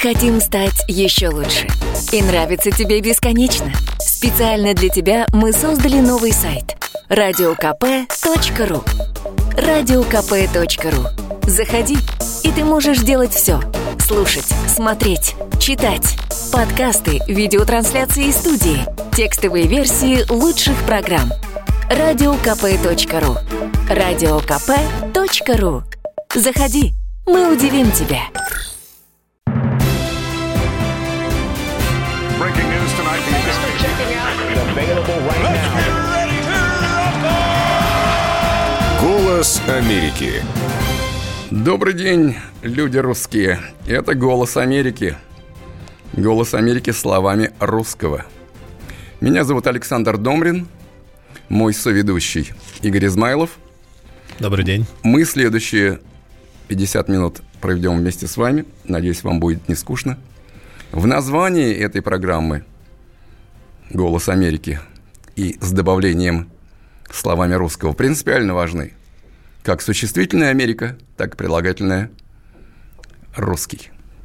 Хотим стать еще лучше. И нравится тебе бесконечно. Специально для тебя мы создали новый сайт radiokp.ru. radiokp.ru. Заходи, и ты можешь делать все. Слушать, смотреть, читать. Подкасты, видеотрансляции из студии, текстовые версии лучших программ. radiokp.ru. radiokp.ru. Заходи, мы удивим тебя. Голос Америки. Добрый день, люди русские. Это «Голос Америки». «Голос Америки» словами русского. Меня зовут Александр Домрин. Мой соведущий Игорь Измайлов. Добрый день. Мы следующие 50 минут проведем вместе с вами. Надеюсь, вам будет не скучно. В названии этой программы «Голос Америки» и с добавлением словами русского принципиально важны как существительная Америка, так и прилагательное русский.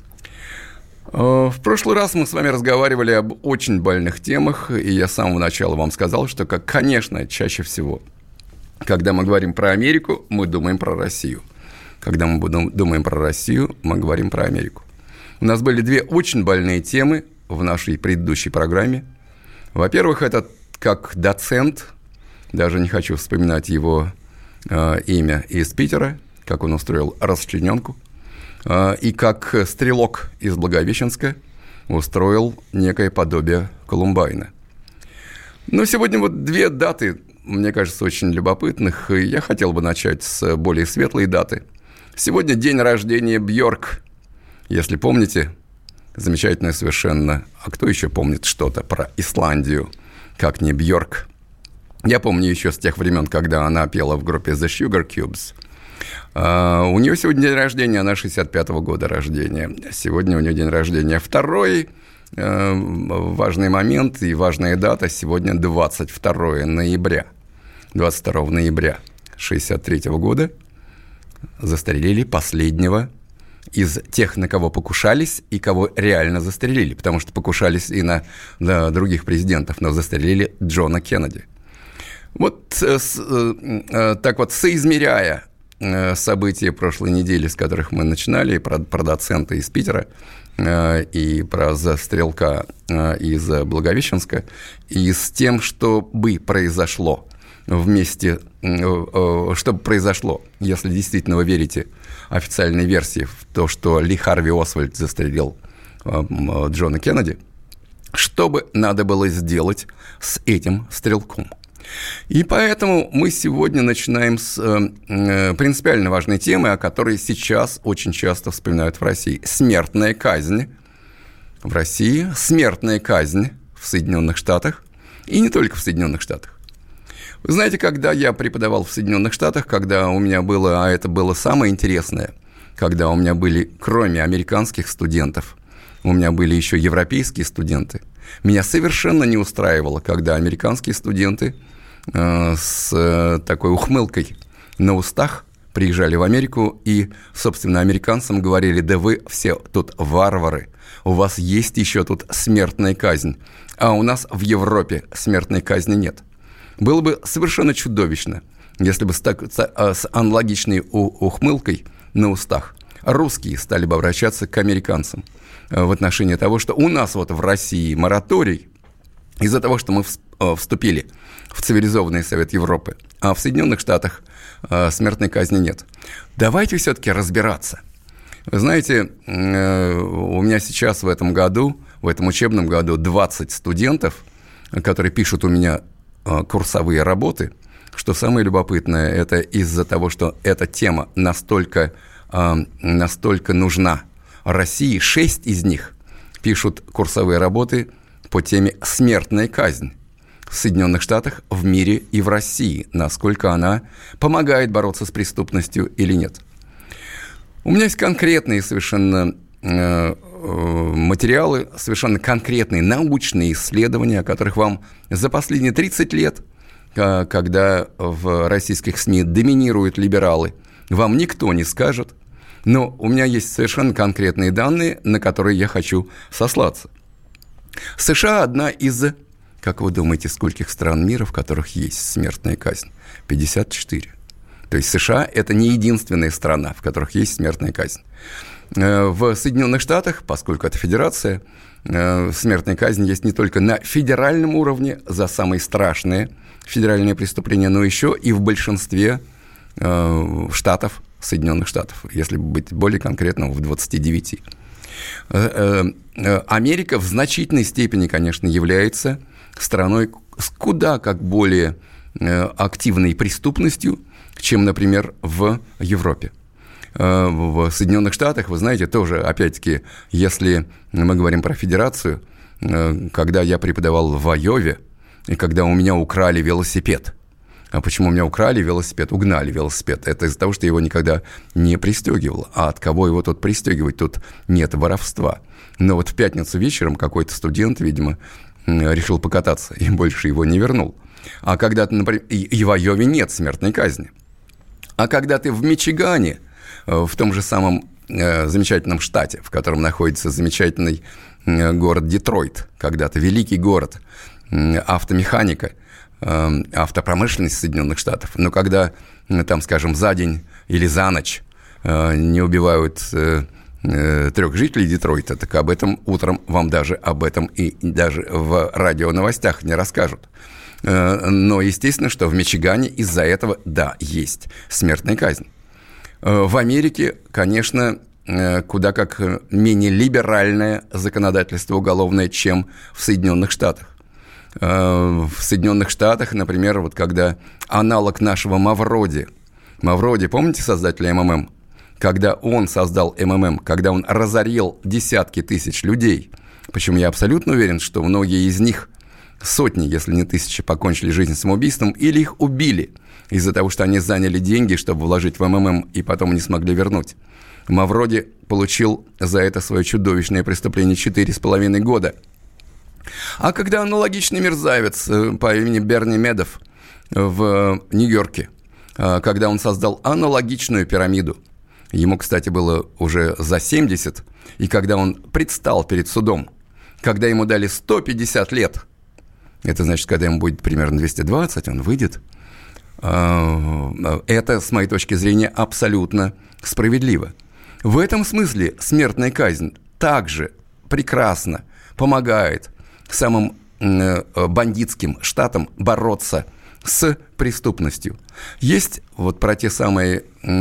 В прошлый раз мы с вами разговаривали об очень больных темах, и я с самого начала вам сказал, что, конечно, чаще всего, когда мы говорим про Америку, мы думаем про Россию. Когда мы думаем про Россию, мы говорим про Америку. У нас были две очень больные темы в нашей предыдущей программе. Во-первых, это как доцент, даже не хочу вспоминать его имя, из Питера, как он устроил расчлененку, и как стрелок из Благовещенска устроил некое подобие Колумбайна. Но сегодня вот две даты, мне кажется, очень любопытных, и я хотел бы начать с более светлой даты. Сегодня день рождения Бьорк. Если помните, замечательная совершенно. А кто еще помнит что-то про Исландию, как не Бьорк? Я помню еще с тех времен, когда она пела в группе The Sugar Cubes. У нее сегодня день рождения, она 65-го года рождения. Сегодня у нее день рождения. Второй важный момент и важная дата. Сегодня 22 ноября. 22 ноября 63-го года застрелили последнего из тех, на кого покушались и кого реально застрелили. Потому что покушались и на других президентов, но застрелили Джона Кеннеди. Вот так вот, соизмеряя события прошлой недели, с которых мы начинали, про доцента из Питера и про стрелка из Благовещенска, и с тем, что бы произошло вместе, что бы произошло, если действительно вы верите официальной версии в то, что Ли Харви Освальд застрелил Джона Кеннеди, что бы надо было сделать с этим стрелком. И поэтому мы сегодня начинаем с принципиально важной темы, о которой сейчас очень часто вспоминают в России. Смертная казнь в России, смертная казнь в Соединенных Штатах, и не только в Соединенных Штатах. Вы знаете, когда я преподавал в Соединенных Штатах, когда у меня было, а это было самое интересное, когда у меня были, кроме американских студентов, у меня были еще европейские студенты, меня совершенно не устраивало, когда американские студенты с такой ухмылкой на устах приезжали в Америку и, собственно, американцам говорили: да вы все тут варвары, у вас есть еще тут смертная казнь, а у нас в Европе смертной казни нет. Было бы совершенно чудовищно, если бы с аналогичной ухмылкой на устах русские стали бы обращаться к американцам в отношении того, что у нас вот в России мораторий из-за того, что мы вступили в цивилизованный Совет Европы, а в Соединенных Штатах смертной казни нет. Давайте все-таки разбираться. Вы знаете, у меня сейчас в этом году, в этом учебном году 20 студентов, которые пишут у меня курсовые работы. Что самое любопытное, это из-за того, что эта тема настолько нужна России, 6 из них пишут курсовые работы по теме «Смертная казнь» в Соединенных Штатах, в мире и в России, насколько она помогает бороться с преступностью или нет. У меня есть конкретные совершенно материалы, совершенно конкретные научные исследования, о которых вам за последние 30 лет, когда в российских СМИ доминируют либералы, вам никто не скажет, Но у меня есть совершенно конкретные данные, на которые я хочу сослаться. США одна из, как вы думаете, скольких стран мира, в которых есть смертная казнь? 54. То есть США – это не единственная страна, в которых есть смертная казнь. В Соединенных Штатах, поскольку это федерация, смертная казнь есть не только на федеральном уровне за самые страшные федеральные преступления, но еще и в большинстве штатов Соединенных Штатов, если быть более конкретным, в 29. Америка в значительной степени, конечно, является страной с куда как более активной преступностью, чем, например, в Европе. В Соединенных Штатах, вы знаете, тоже, опять-таки, если мы говорим про федерацию, когда я преподавал в Айове, и когда у меня украли велосипед. А почему у меня украли велосипед? Угнали велосипед. Это из-за того, что я его никогда не пристегивал. А от кого его тут пристегивать? Тут нет воровства. Но вот в пятницу вечером какой-то студент, видимо, решил покататься и больше его не вернул. А когда ты, например, и в Айове нет смертной казни. А когда ты в Мичигане, в том же самом замечательном штате, в котором находится замечательный город Детройт, когда-то великий город, автомеханика, автопромышленность Соединенных Штатов, но когда там, скажем, за день или за ночь не убивают 3 жителей Детройта, так об этом утром вам даже об этом и даже в радионовостях не расскажут. Но естественно, что в Мичигане из-за этого, да, есть смертная казнь. В Америке, конечно, куда как менее либеральное законодательство уголовное, чем в Соединенных Штатах. В Соединенных Штатах, например, вот когда аналог нашего Мавроди, помните создателя МММ? Когда он создал МММ, когда он разорил десятки тысяч людей, причем я абсолютно уверен, что многие из них, сотни, если не тысячи, покончили жизнь самоубийством или их убили из-за того, что они заняли деньги, чтобы вложить в МММ, и потом не смогли вернуть. Мавроди получил за это свое чудовищное преступление 4,5 года. А когда аналогичный мерзавец по имени Берни Медов в Нью-Йорке, когда он создал аналогичную пирамиду, ему, кстати, было уже за 70, и когда он предстал перед судом, когда ему дали 150 лет, это значит, когда ему будет примерно 220, он выйдет, это, с моей точки зрения, абсолютно справедливо. В этом смысле смертная казнь также прекрасно помогает самым бандитским штатам бороться с преступностью. Есть вот про те самые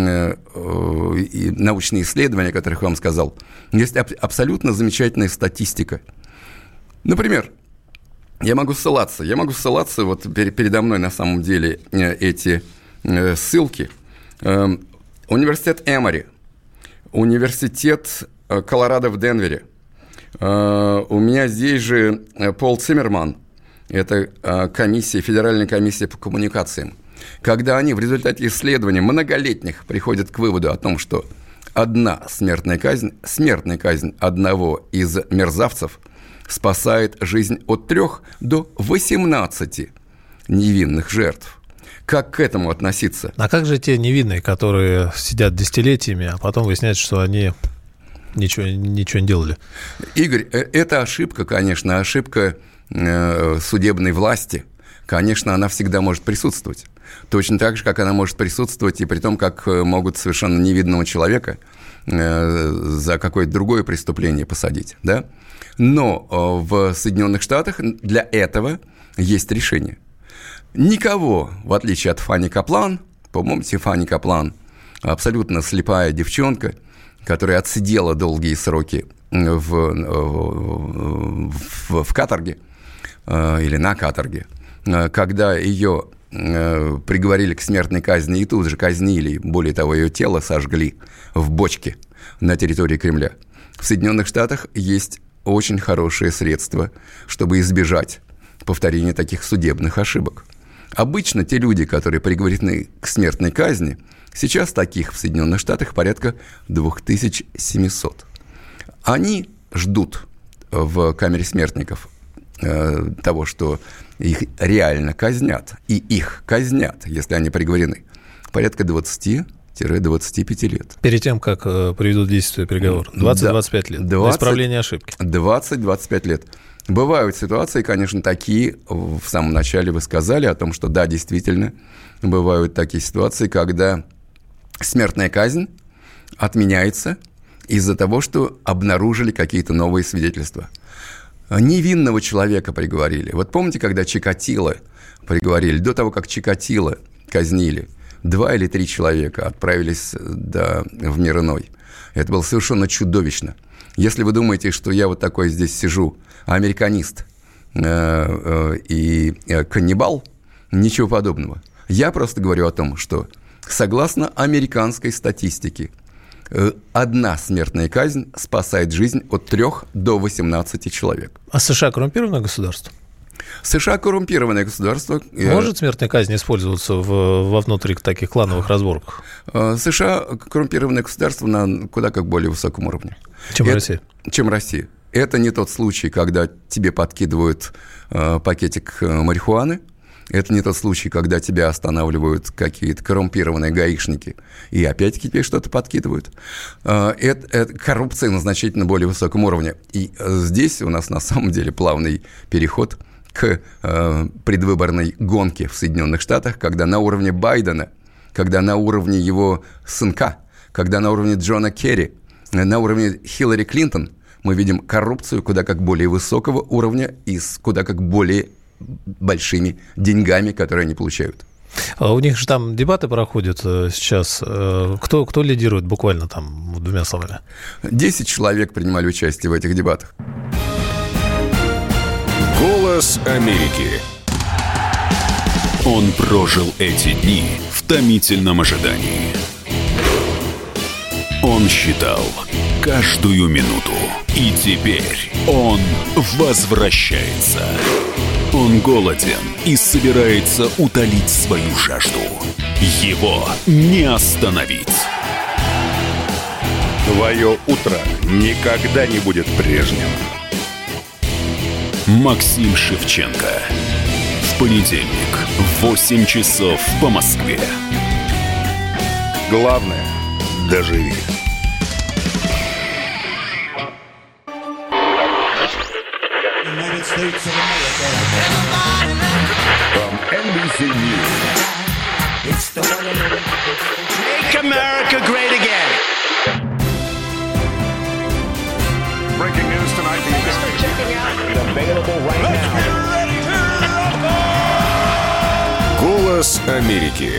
научные исследования, о которых я вам сказал, есть абсолютно замечательная статистика. Например, я могу ссылаться, вот передо мной на самом деле эти ссылки. Университет Эмори, университет Колорадо в Денвере. У меня здесь же Пол Циммерман, это Федеральная комиссия по коммуникациям. Когда они в результате исследований многолетних приходят к выводу о том, что одна смертная казнь одного из мерзавцев спасает жизнь от 3 до 18 невинных жертв. Как к этому относиться? А как же те невинные, которые сидят десятилетиями, а потом выясняется, что они ничего не делали? Игорь, это ошибка, конечно, ошибка судебной власти. Конечно, она всегда может присутствовать. Точно так же, как она может присутствовать и при том, как могут совершенно невинного человека за какое-то другое преступление посадить, да? Но в Соединенных Штатах для этого есть решение. Никого, в отличие от Фанни Каплан, помните, Фанни Каплан, абсолютно слепая девчонка, которая отсидела долгие сроки в каторге или на каторге, когда ее приговорили к смертной казни и тут же казнили, более того, ее тело сожгли в бочке на территории Кремля. В Соединенных Штатах есть очень хорошее средство, чтобы избежать повторения таких судебных ошибок. Обычно те люди, которые приговорены к смертной казни, сейчас таких в Соединенных Штатах порядка 2700. Они ждут в камере смертников того, что их реально казнят, и их казнят, если они приговорены, порядка 20-30 15-25 лет. Перед тем, как приведут в действие приговор. 20-25 лет. Для исправления ошибки. 20-25 лет. Бывают ситуации, конечно, такие, в самом начале вы сказали о том, что да, действительно, бывают такие ситуации, когда смертная казнь отменяется из-за того, что обнаружили какие-то новые свидетельства. Невинного человека приговорили. Вот помните, когда Чикатило приговорили, до того, как Чикатило казнили, 2 или 3 человека отправились в мир иной. Это было совершенно чудовищно. Если вы думаете, что я вот такой здесь сижу, американист и каннибал, ничего подобного. Я просто говорю о том, что согласно американской статистике, 1 смертная казнь спасает жизнь от 3 до 18 человек. А США коррумпированное государство? США коррумпированное государство. Может смертная казнь использоваться во внутри таких клановых разборках? США коррумпированное государство на куда как более высоком уровне. Чем Россия. Это не тот случай, когда тебе подкидывают пакетик марихуаны. Это не тот случай, когда тебя останавливают какие-то коррумпированные гаишники и опять-таки тебе что-то подкидывают. Это коррупция на значительно более высоком уровне. И здесь у нас на самом деле плавный переход к предвыборной гонке в Соединенных Штатах, когда на уровне Байдена, когда на уровне его сынка, когда на уровне Джона Керри, на уровне Хиллари Клинтон мы видим коррупцию куда как более высокого уровня и с куда как более большими деньгами, которые они получают. У них же там дебаты проходят сейчас. Кто лидирует буквально там 2 словами? 10 человек принимали участие в этих дебатах. Голос Америки. Он прожил эти дни в томительном ожидании. Он считал каждую минуту. И теперь он возвращается. Он голоден и собирается утолить свою жажду. Его не остановить. Твое утро никогда не будет прежним. Максим Шевченко. В понедельник в 8 часов по Москве. Главное – доживи. From NBC News. Make America great again. Breaking news tonight. Available right now. Голос Америки.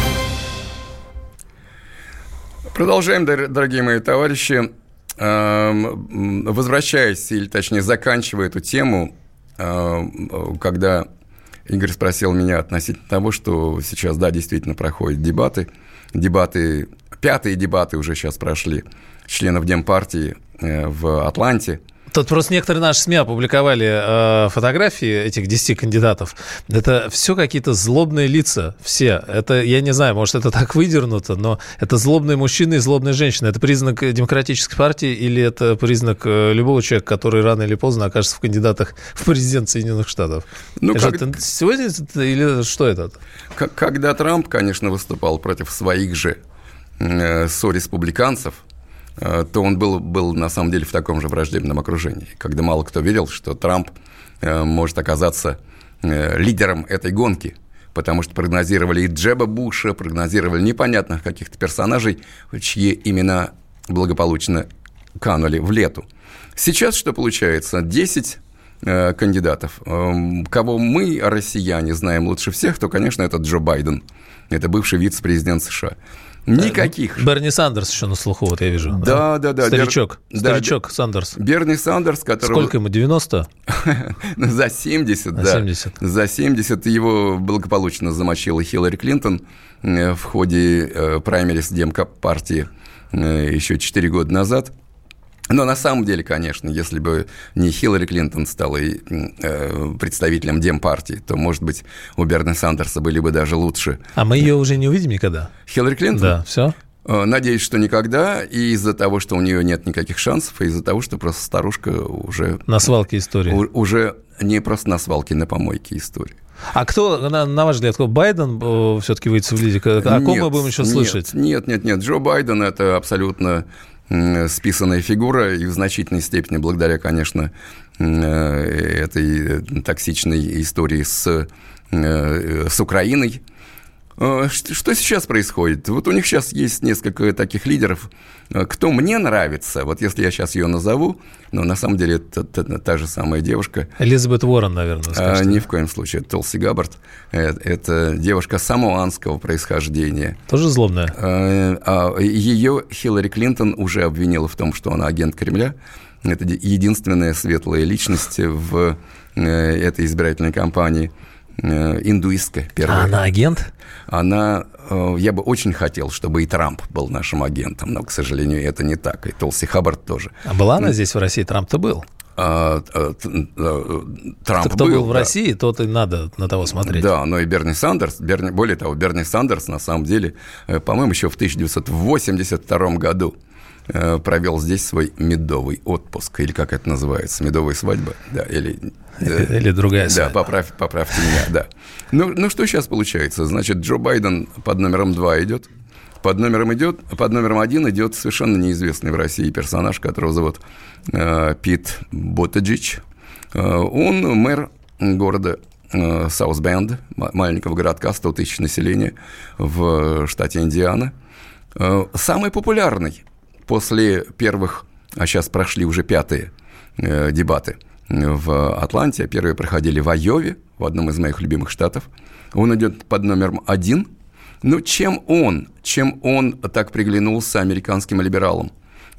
Продолжаем, дорогие мои товарищи. Возвращаясь, или точнее заканчивая эту тему, когда Игорь спросил меня относительно того, что сейчас, да, действительно проходят дебаты, 5-е дебаты уже сейчас прошли членов Демпартии в Атланте. Тут просто некоторые наши СМИ опубликовали фотографии этих 10 кандидатов. Это все какие-то злобные лица, все. Это, я не знаю, может, это так выдернуто, но это злобные мужчины и злобные женщины. Это признак демократической партии или это признак любого человека, который рано или поздно окажется в кандидатах в президент Соединенных Штатов? Ну, сегодня или что это? Когда Трамп, конечно, выступал против своих же сореспубликанцев, то он был на самом деле в таком же враждебном окружении, когда мало кто верил, что Трамп может оказаться лидером этой гонки, потому что прогнозировали и Джеба Буша, прогнозировали непонятных каких-то персонажей, чьи имена благополучно канули в лету. Сейчас что получается? 10 кандидатов. Кого мы, россияне, знаем лучше всех, то, конечно, это Джо Байден. Это бывший вице-президент США. Никаких. Берни Сандерс еще на слуху, вот я вижу. Да. Старичок Сандерс. Берни Сандерс, который... Сколько ему, 90? За 70, да. 70. За 70 его благополучно замочила Хиллари Клинтон в ходе праймериз Демпартии еще 4 года назад. Но на самом деле, конечно, если бы не Хиллари Клинтон стала представителем Демпартии, то, может быть, у Берни Сандерса были бы даже лучше. А мы ее уже не увидим никогда? Хиллари Клинтон? Да, все. Надеюсь, что никогда, и из-за того, что у нее нет никаких шансов, и из-за того, что просто старушка уже... На свалке истории. Уже не просто на свалке, на помойке истории. А кто, на ваш взгляд, Байден все-таки выйдет в лидере? О ком мы будем еще слышать? Нет. Джо Байден – это абсолютно списанная фигура, и в значительной степени благодаря, конечно, этой токсичной истории с Украиной. Что сейчас происходит? Вот у них сейчас есть несколько таких лидеров. Кто мне нравится, вот если я сейчас ее назову, но на самом деле это та же самая девушка. Элизабет Уоррен, наверное, скажете. Ни в коем случае. Это Толси Габбард. Это девушка самоанского происхождения. Тоже злобная? Ее Хиллари Клинтон уже обвинила в том, что она агент Кремля. Это единственная светлая личность в этой избирательной кампании. Индуистка первая. А она агент? Я бы очень хотел, чтобы и Трамп был нашим агентом, но, к сожалению, это не так, и Толси Габбард тоже. А была она здесь, в России? Трамп-то был. Трамп кто был в России, тот и надо на того смотреть. Да, но и Берни Сандерс, более того, Берни Сандерс, на самом деле, по-моему, еще в 1982 году провел здесь свой медовый отпуск, или как это называется, медовая свадьба, да, или другая свадьба. Да, поправьте меня, да. Ну, что сейчас получается? Значит, Джо Байден под номером 2 идет, под номером 1 идет совершенно неизвестный в России персонаж, которого зовут Пит Буттиджедж. Он мэр города Саус-Бенд, маленького городка, 100 тысяч населения в штате Индиана. Самый популярный после первых, а сейчас прошли уже 5-е дебаты в Атланте, первые проходили в Айове, в одном из моих любимых штатов. Он идет под номером 1. Но чем он так приглянулся американским либералам?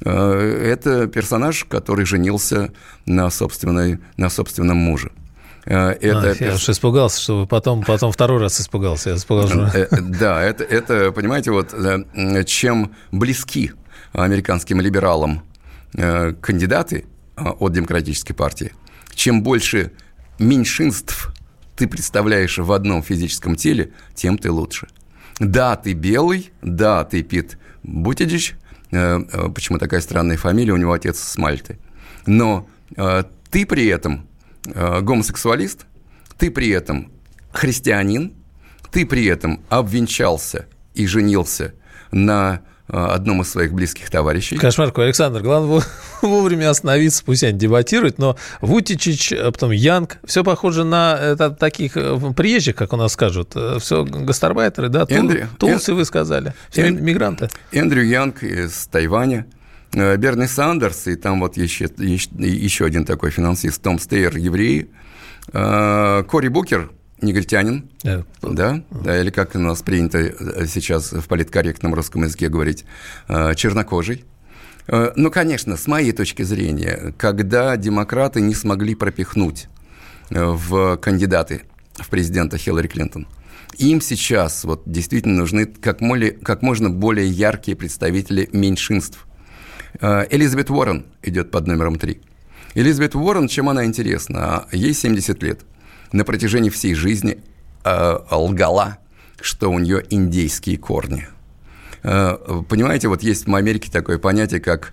Это персонаж, который женился на собственном муже. Я уж испугался, что вы потом второй раз испугался. Я испугался. Да, это, понимаете, вот чем близки американским либералам кандидаты от Демократической партии, чем больше меньшинств ты представляешь в одном физическом теле, тем ты лучше. Да, ты белый, да, ты Пит Буттиджедж, почему такая странная фамилия, у него отец с Мальты, но ты при этом гомосексуалист, ты при этом христианин, ты при этом обвенчался и женился на одном из своих близких товарищей. Кошмар какой, Александр. Главное вовремя остановиться, пусть они дебатируют, но Вутичич, потом Янг, все похоже на таких приезжих, как у нас скажут. Все гастарбайтеры, да? Тулсы, вы сказали. Все мигранты. Эндрю Янг из Тайваня, Берни Сандерс, и там вот еще один такой финансист, Том Стейер, еврей, Кори Букер, негритянин, да, или как у нас принято сейчас в политкорректном русском языке говорить, чернокожий. Ну, конечно, с моей точки зрения, когда демократы не смогли пропихнуть в кандидаты в президента Хиллари Клинтон, им сейчас вот действительно нужны как можно более яркие представители меньшинств. Элизабет Уоррен идет под номером 3. Элизабет Уоррен, чем она интересна? Ей 70 лет. На протяжении всей жизни лгала, что у нее индейские корни. Понимаете, вот есть в Америке такое понятие, как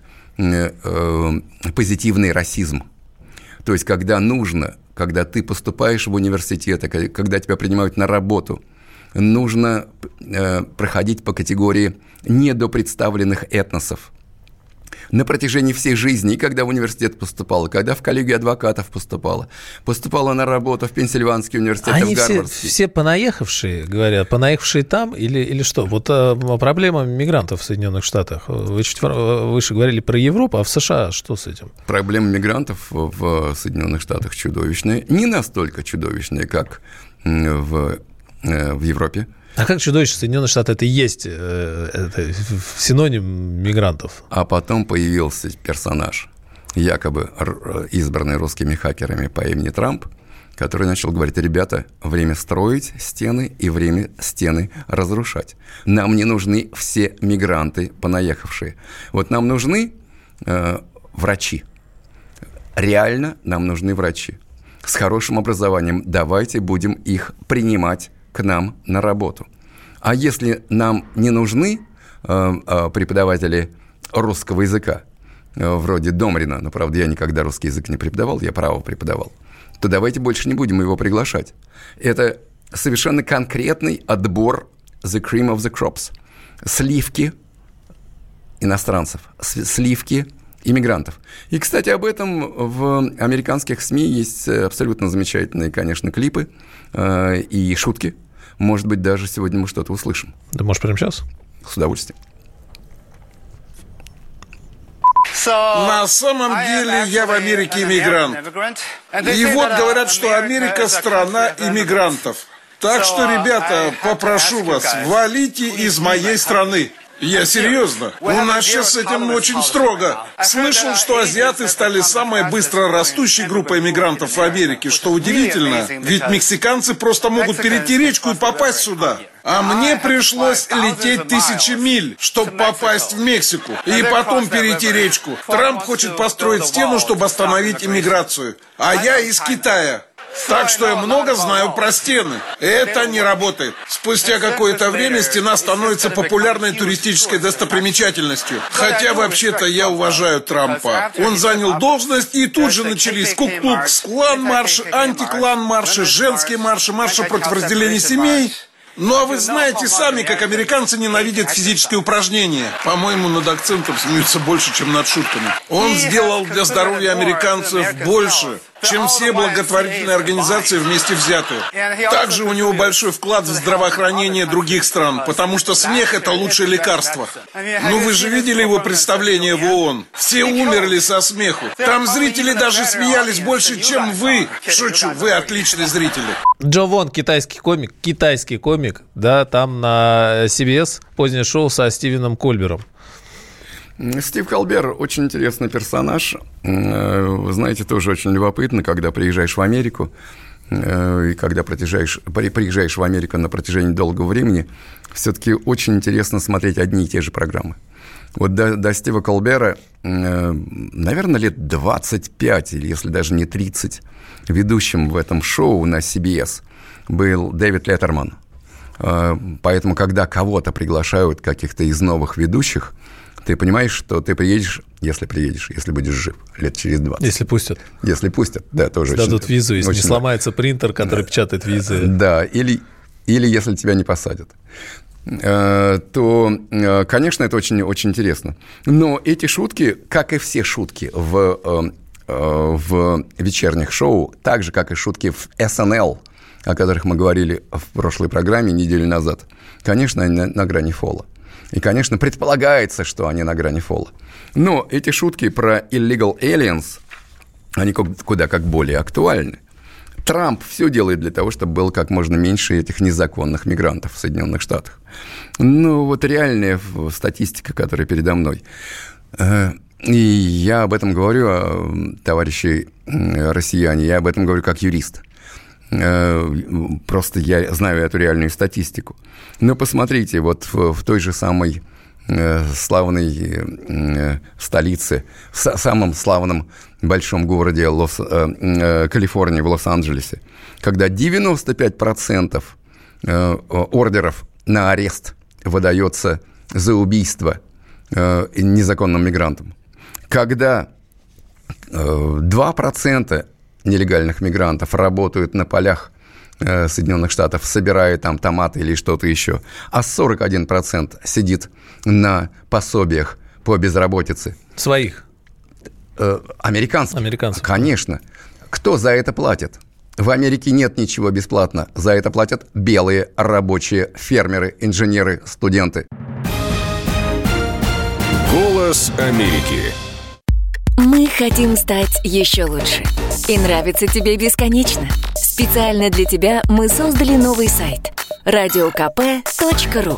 позитивный расизм. То есть, когда ты поступаешь в университет, когда тебя принимают на работу, нужно проходить по категории недопредставленных этносов. На протяжении всей жизни, и когда в университет поступала, когда в коллегию адвокатов поступала на работу в Пенсильванский университет, они в Гарвардский. Все понаехавшие, говорят, понаехавшие там или что? Вот проблема мигрантов в Соединенных Штатах. Вы чуть выше говорили про Европу, а в США что с этим? Проблема мигрантов в Соединенных Штатах чудовищная. Не настолько чудовищная, как в Европе. А как чудовище Соединенные Штаты это и есть это синоним мигрантов? А потом появился персонаж, якобы избранный русскими хакерами по имени Трамп, который начал говорить: ребята, время строить стены и время стены разрушать. Нам не нужны все мигранты понаехавшие. Вот нам нужны врачи. Реально нам нужны врачи с хорошим образованием. Давайте будем их принимать к нам на работу. А если нам не нужны, преподаватели русского языка, вроде Домрина, но, правда, я никогда русский язык не преподавал, я право преподавал, то давайте больше не будем его приглашать. Это совершенно конкретный отбор the cream of the crops. Сливки иностранцев, сливки иммигрантов. И, кстати, об этом в американских СМИ есть абсолютно замечательные, конечно, клипы и шутки. Может быть, даже сегодня мы что-то услышим. Да, может, прямо сейчас? С удовольствием. На самом деле я в Америке иммигрант. И вот говорят, что Америка – страна иммигрантов. Так что, ребята, попрошу вас, валите из моей страны. Я серьезно. У нас сейчас с этим очень строго. Слышал, что азиаты стали самой быстро растущей группой иммигрантов в Америке, что удивительно. Ведь мексиканцы просто могут перейти речку и попасть сюда. А мне пришлось лететь 1000 миль, чтобы попасть в Мексику. И потом перейти речку. Трамп хочет построить стену, чтобы остановить иммиграцию. А я из Китая. Так что я много знаю про стены. Это не работает. Спустя какое-то время стена становится популярной туристической достопримечательностью. Хотя вообще-то я уважаю Трампа. Он занял должность, и тут же начались Ку-клукс-клан марши, антиклан марши, женские марши, марши против разделения семей. Ну а вы знаете сами, как американцы ненавидят физические упражнения. По-моему, над акцентом смеются больше, чем над шутками. Он сделал для здоровья американцев больше, чем все благотворительные организации вместе взятые. Также у него большой вклад в здравоохранение других стран, потому что смех – это лучшее лекарство. Ну вы же видели его представление в ООН? Все умерли со смеху. Там зрители даже смеялись больше, чем вы. Шучу, вы отличные зрители. Джо Вон, китайский комик, да, там на CBS позднее шоу со Стивеном Кольбером. Стив Колбер очень интересный персонаж. Вы знаете, тоже очень любопытно, когда приезжаешь в Америку, и когда приезжаешь в Америку на протяжении долгого времени, все-таки очень интересно смотреть одни и те же программы. Вот до Стива Колбера, наверное, лет 25, или если даже не 30, ведущим в этом шоу на CBS был Дэвид Леттерман. Поэтому, когда кого-то приглашают, каких-то из новых ведущих, ты понимаешь, что ты приедешь, если будешь жив, лет через 20. Если пустят. Если пустят, да, тоже. Сдадут визу, если не сломается принтер, который печатает визы. Да, или если тебя не посадят. То, конечно, это очень, очень интересно. Но эти шутки, как и все шутки в вечерних шоу, так же, как и шутки в SNL, о которых мы говорили в прошлой программе неделю назад, конечно, они на грани фола. И, конечно, предполагается, что они на грани фола. Но эти шутки про illegal aliens, они куда как более актуальны. Трамп все делает для того, чтобы было как можно меньше этих незаконных мигрантов в Соединенных Штатах. Ну, вот реальная статистика, которая передо мной. И я об этом говорю, товарищи россияне, я об этом говорю как юрист. Просто я знаю эту реальную статистику. Но посмотрите, вот в той же самой славной столице, в самом славном большом городе Калифорнии, в Лос-Анджелесе, когда 95% ордеров на арест выдается за убийство незаконным мигрантам, когда 2% нелегальных мигрантов работают на полях Соединенных Штатов, собирая там томаты или что-то еще, а 41% сидит на пособиях по безработице. Своих? Американцев. Конечно. Кто за это платит? В Америке нет ничего бесплатно. За это платят белые рабочие, фермеры, инженеры, студенты. Голос Америки. Мы хотим стать еще лучше. И нравится тебе бесконечно. Специально для тебя мы создали новый сайт radiokp.ru.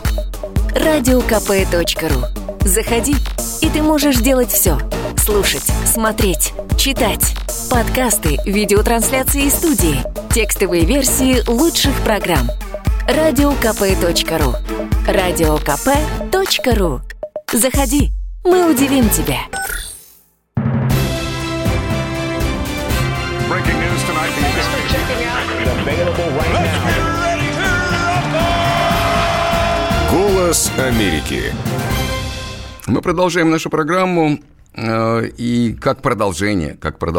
radiokp.ru. Заходи, и ты можешь делать все. Слушать, смотреть, читать. Подкасты, видеотрансляции из студии. Текстовые версии лучших программ. radiokp.ru. radiokp.ru. Заходи, мы удивим тебя. Breaking news tonight. Thanks for checking out. Available right now. Голос Америки. Мы продолжаем нашу программу, и как продолжение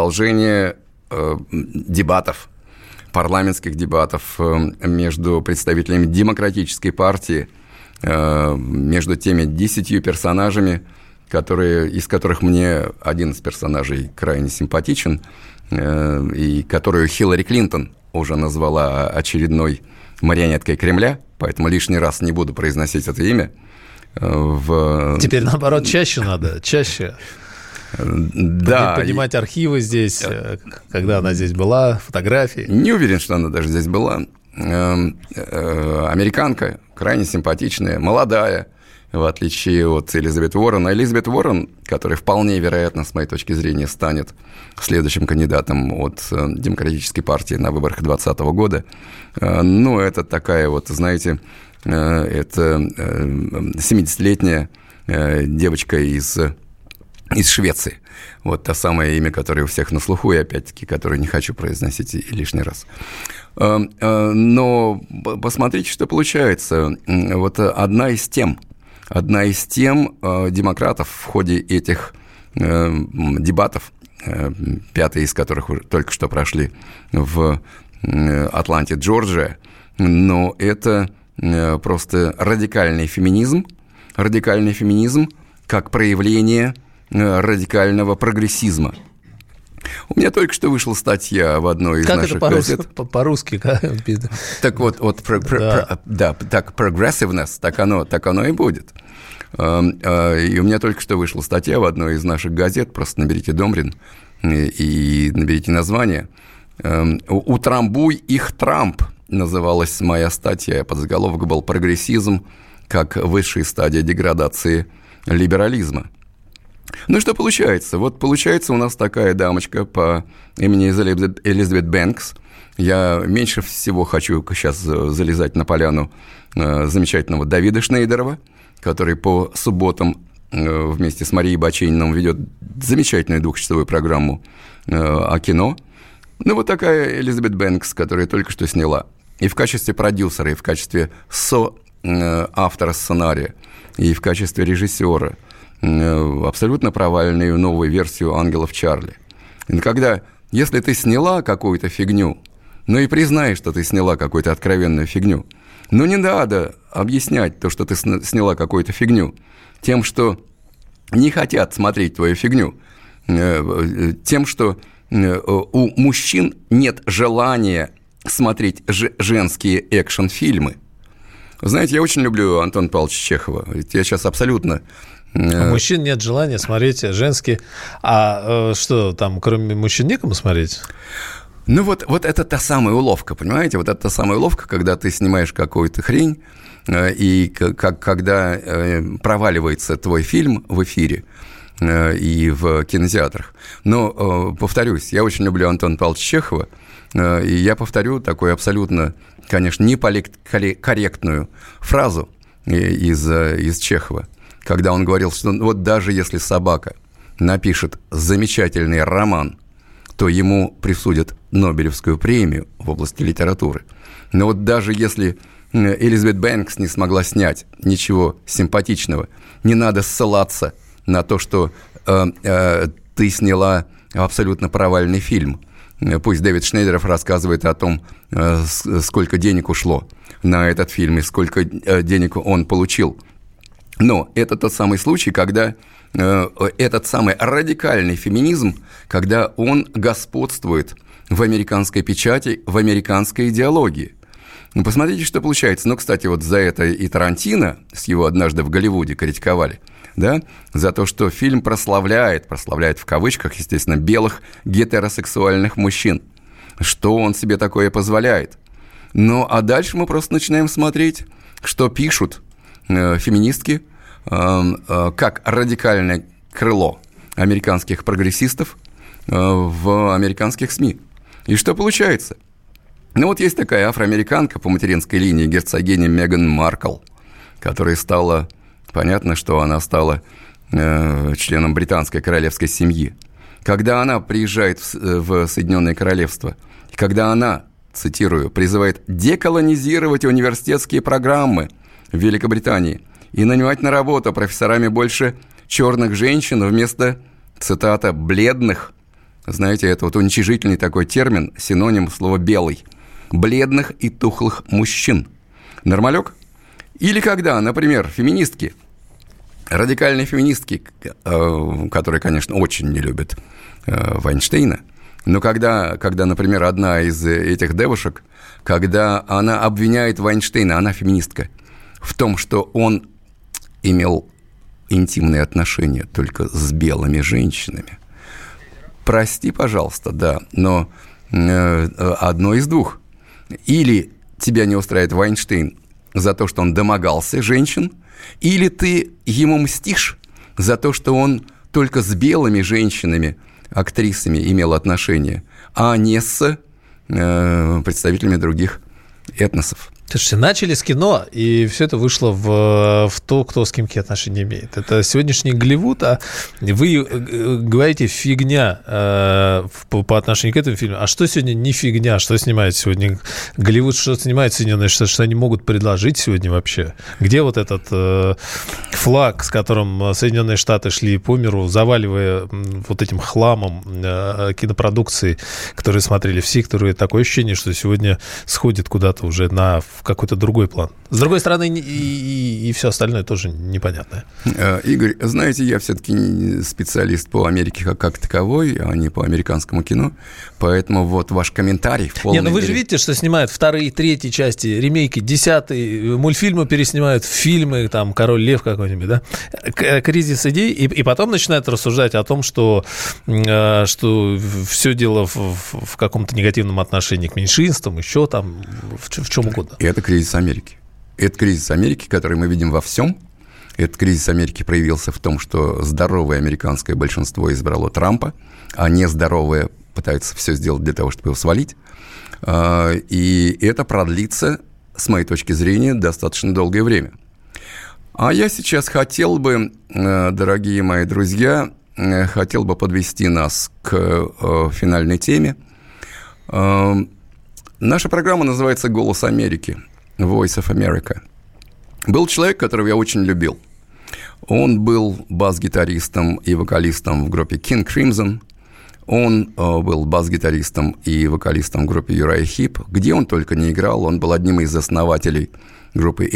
дебатов, парламентских дебатов между представителями Демократической партии, между теми 10 персонажами, из которых мне один из персонажей крайне симпатичен, и которую Хиллари Клинтон уже назвала очередной марионеткой Кремля, поэтому лишний раз не буду произносить это имя. Теперь, наоборот, чаще надо, чаще. Да. Поднимать архивы здесь, когда она здесь была, фотографии. Не уверен, что она даже здесь была. Американка, крайне симпатичная, молодая, в отличие от Элизабет Уоррен. Элизабет Уоррен, которая вполне вероятно, с моей точки зрения, станет следующим кандидатом от Демократической партии на выборах 2020 года. Ну, это такая вот, знаете, это 70-летняя девочка из Швеции. Вот та самое имя, которое у всех на слуху, и опять-таки, которое не хочу произносить лишний раз. Но посмотрите, что получается. Вот одна из тем демократов в ходе этих дебатов, 5 из которых только что прошли в Атланте, Джорджия, но это просто радикальный феминизм как проявление радикального прогрессизва. У меня только что вышла статья в одной из наших газет. Как это по-русски? Так вот, так progressiveness, так оно и будет. И у меня только что вышла статья в одной из наших газет, просто наберите Домрин и наберите название. «Утрамбуй их Трамп» называлась моя статья, подзаголовок был «Прогрессизм как высшая стадия деградации либерализма». Ну, что получается? Вот получается у нас такая дамочка по имени Элизабет Бэнкс. Я меньше всего хочу сейчас залезать на поляну замечательного Давида Шнейдерова, который по субботам вместе с Марией Бачениным ведет замечательную 2-часовую программу о кино. Ну, вот такая Элизабет Бэнкс, которая только что сняла. И в качестве продюсера, и в качестве соавтора сценария, и в качестве режиссера абсолютно провальную новую версию «Ангелов Чарли». И если ты сняла какую-то фигню, ну и признай, что ты сняла какую-то откровенную фигню, но не надо объяснять то, что ты сняла какую-то фигню, тем, что не хотят смотреть твою фигню, тем, что у мужчин нет желания смотреть женские экшн-фильмы. Знаете, я очень люблю Антона Павловича Чехова. Ведь я сейчас абсолютно... У мужчин нет желания смотреть женские... А что, там кроме мужчин некому смотреть? Ну вот это та самая уловка, понимаете? Вот это та самая уловка, когда ты снимаешь какую-то хрень, и когда проваливается твой фильм в эфире и в кинотеатрах. Но, повторюсь, я очень люблю Антона Павловича Чехова, и я повторю такую абсолютно, конечно, неполиткорректную фразу из Чехова, когда он говорил, что вот даже если собака напишет замечательный роман, то ему присудят Нобелевскую премию в области литературы. Но вот даже если Элизабет Бэнкс не смогла снять ничего симпатичного, не надо ссылаться на то, что ты сняла абсолютно провальный фильм. Пусть Дэвид Шнейдеров рассказывает о том, сколько денег ушло на этот фильм и сколько денег он получил. Но это тот самый случай, когда этот самый радикальный феминизм, когда он господствует в американской печати, в американской идеологии. Ну, посмотрите, что получается. Ну, кстати, вот за это и Тарантино с его «Однажды в Голливуде» критиковали, да, за то, что фильм прославляет в кавычках, естественно, белых гетеросексуальных мужчин. Что он себе такое позволяет? Ну, а дальше мы просто начинаем смотреть, что пишут феминистки, как радикальное крыло американских прогрессистов в американских СМИ. И что получается? Ну, вот есть такая афроамериканка по материнской линии, герцогиня Меган Маркл, которая стала, понятно, что она стала членом британской королевской семьи. Когда она приезжает в Соединенное Королевство, когда она, цитирую, призывает деколонизировать университетские программы в Великобритании и нанимать на работу профессорами больше черных женщин вместо, цитата, бледных. Знаете, это вот уничижительный такой термин, синоним слова «белый». Бледных и тухлых мужчин. Нормалек? Или когда, например, феминистки, радикальные феминистки, которые, конечно, очень не любят Вайнштейна, но когда, например, одна из этих девушек, когда она обвиняет Вайнштейна, она феминистка, в том, что он имел интимные отношения только с белыми женщинами. Прости, пожалуйста, да, но одно из двух. Или тебя не устраивает Вайнштейн за то, что он домогался женщин, или ты ему мстишь за то, что он только с белыми женщинами, актрисами имел отношения, а не с представителями других этносов. Слушайте, начали с кино, и все это вышло в то, кто с кем какие отношения имеет. Это сегодняшний Голливуд, а вы говорите фигня по отношению к этому фильму. А что сегодня не фигня? Что снимает сегодня Голливуд? Что снимает Соединенные Штаты? Что они могут предложить сегодня вообще? Где вот этот флаг, с которым Соединенные Штаты шли по миру, заваливая вот этим хламом кинопродукции, которые смотрели все, которые такое ощущение, что сегодня сходит куда-то уже в какой-то другой план. С другой стороны, и все остальное тоже непонятное. Игорь, знаете, я все-таки специалист по Америке как таковой, а не по американскому кино, поэтому вот ваш комментарий в полной Не, ну вы же видите, что снимают вторые, третьи части, ремейки, 10-й, мультфильмы переснимают в фильмы, там, «Король Лев» какой-нибудь, да? Кризис идей, и потом начинают рассуждать о том, что все дело в каком-то негативном отношении к меньшинствам, еще там, в чем угодно. Это кризис Америки. Это кризис Америки, который мы видим во всем. Этот кризис Америки проявился в том, что здоровое американское большинство избрало Трампа, а нездоровое пытается все сделать для того, чтобы его свалить. И это продлится, с моей точки зрения, достаточно долгое время. А я сейчас хотел бы, дорогие мои друзья, хотел бы подвести нас к финальной теме. Наша программа называется «Голос Америки», «Voice of America». Был человек, которого я очень любил. Он был бас-гитаристом и вокалистом в группе King Crimson. Он был бас-гитаристом и вокалистом в группе Uriah Heep. Где он только не играл, он был одним из основателей группы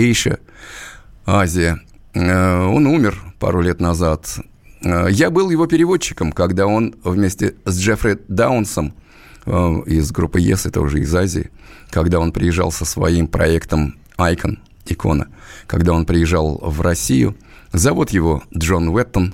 Азия. Он умер пару лет назад. Я был его переводчиком, когда он вместе с Джеффри Даунсом из группы Yes, это уже из Азии, когда он приезжал со своим проектом «Икона», когда он приезжал в Россию. Зовут его Джон Уэттон.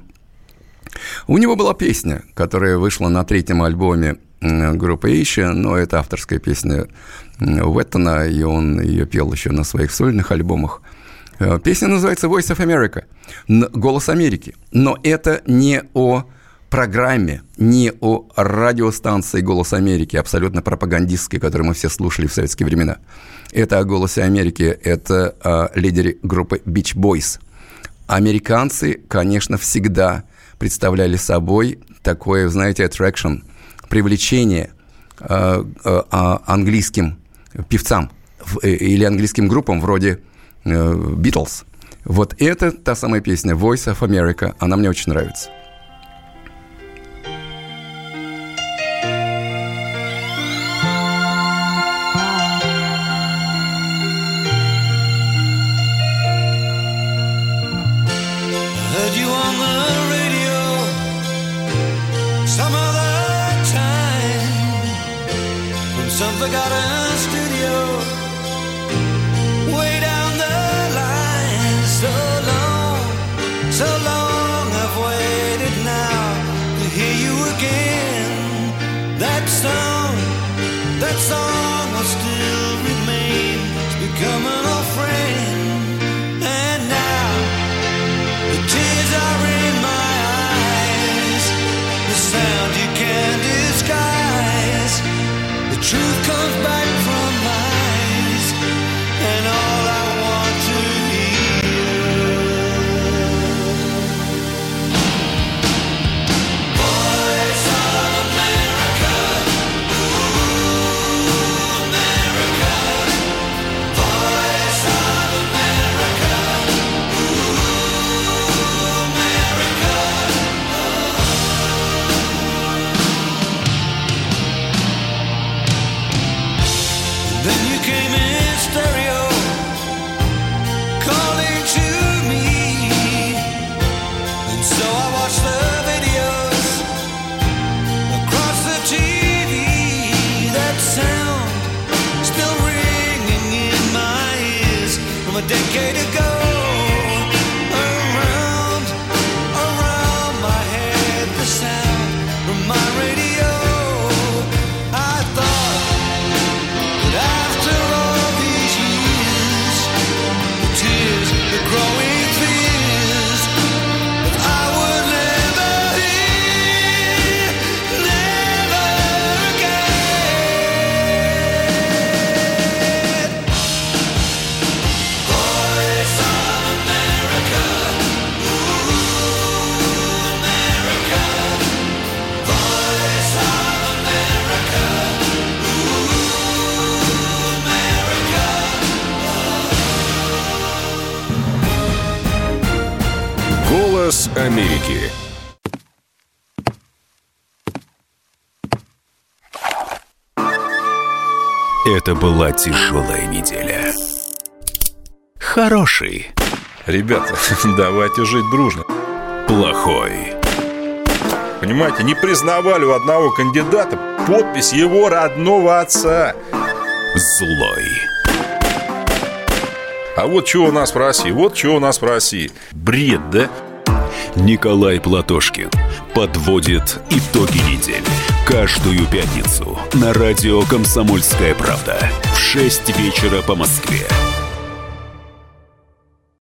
У него была песня, которая вышла на 3-м альбоме группы Asia, но это авторская песня Уэттона, и он ее пел еще на своих сольных альбомах. Песня называется «Voice of America», «Голос Америки». Но это не о программе, не о радиостанции «Голос Америки», абсолютно пропагандистской, которую мы все слушали в советские времена. Это о «Голосе Америки», это о лидере группы Beach Boys. Американцы, конечно, всегда представляли собой такое, знаете, attraction, привлечение английским певцам или английским группам вроде Beatles. Вот это та самая песня «Voice of America», она мне очень нравится. Voice «Голос Америки». Это была тяжелая неделя. Хороший. Ребята, давайте жить дружно. Плохой. Понимаете, не признавали у одного кандидата подпись его родного отца. Злой. А вот что у нас в России, вот что у нас в России. Бред, да? Николай Платошкин подводит итоги недели. Каждую пятницу на радио «Комсомольская правда» в 6 вечера по Москве.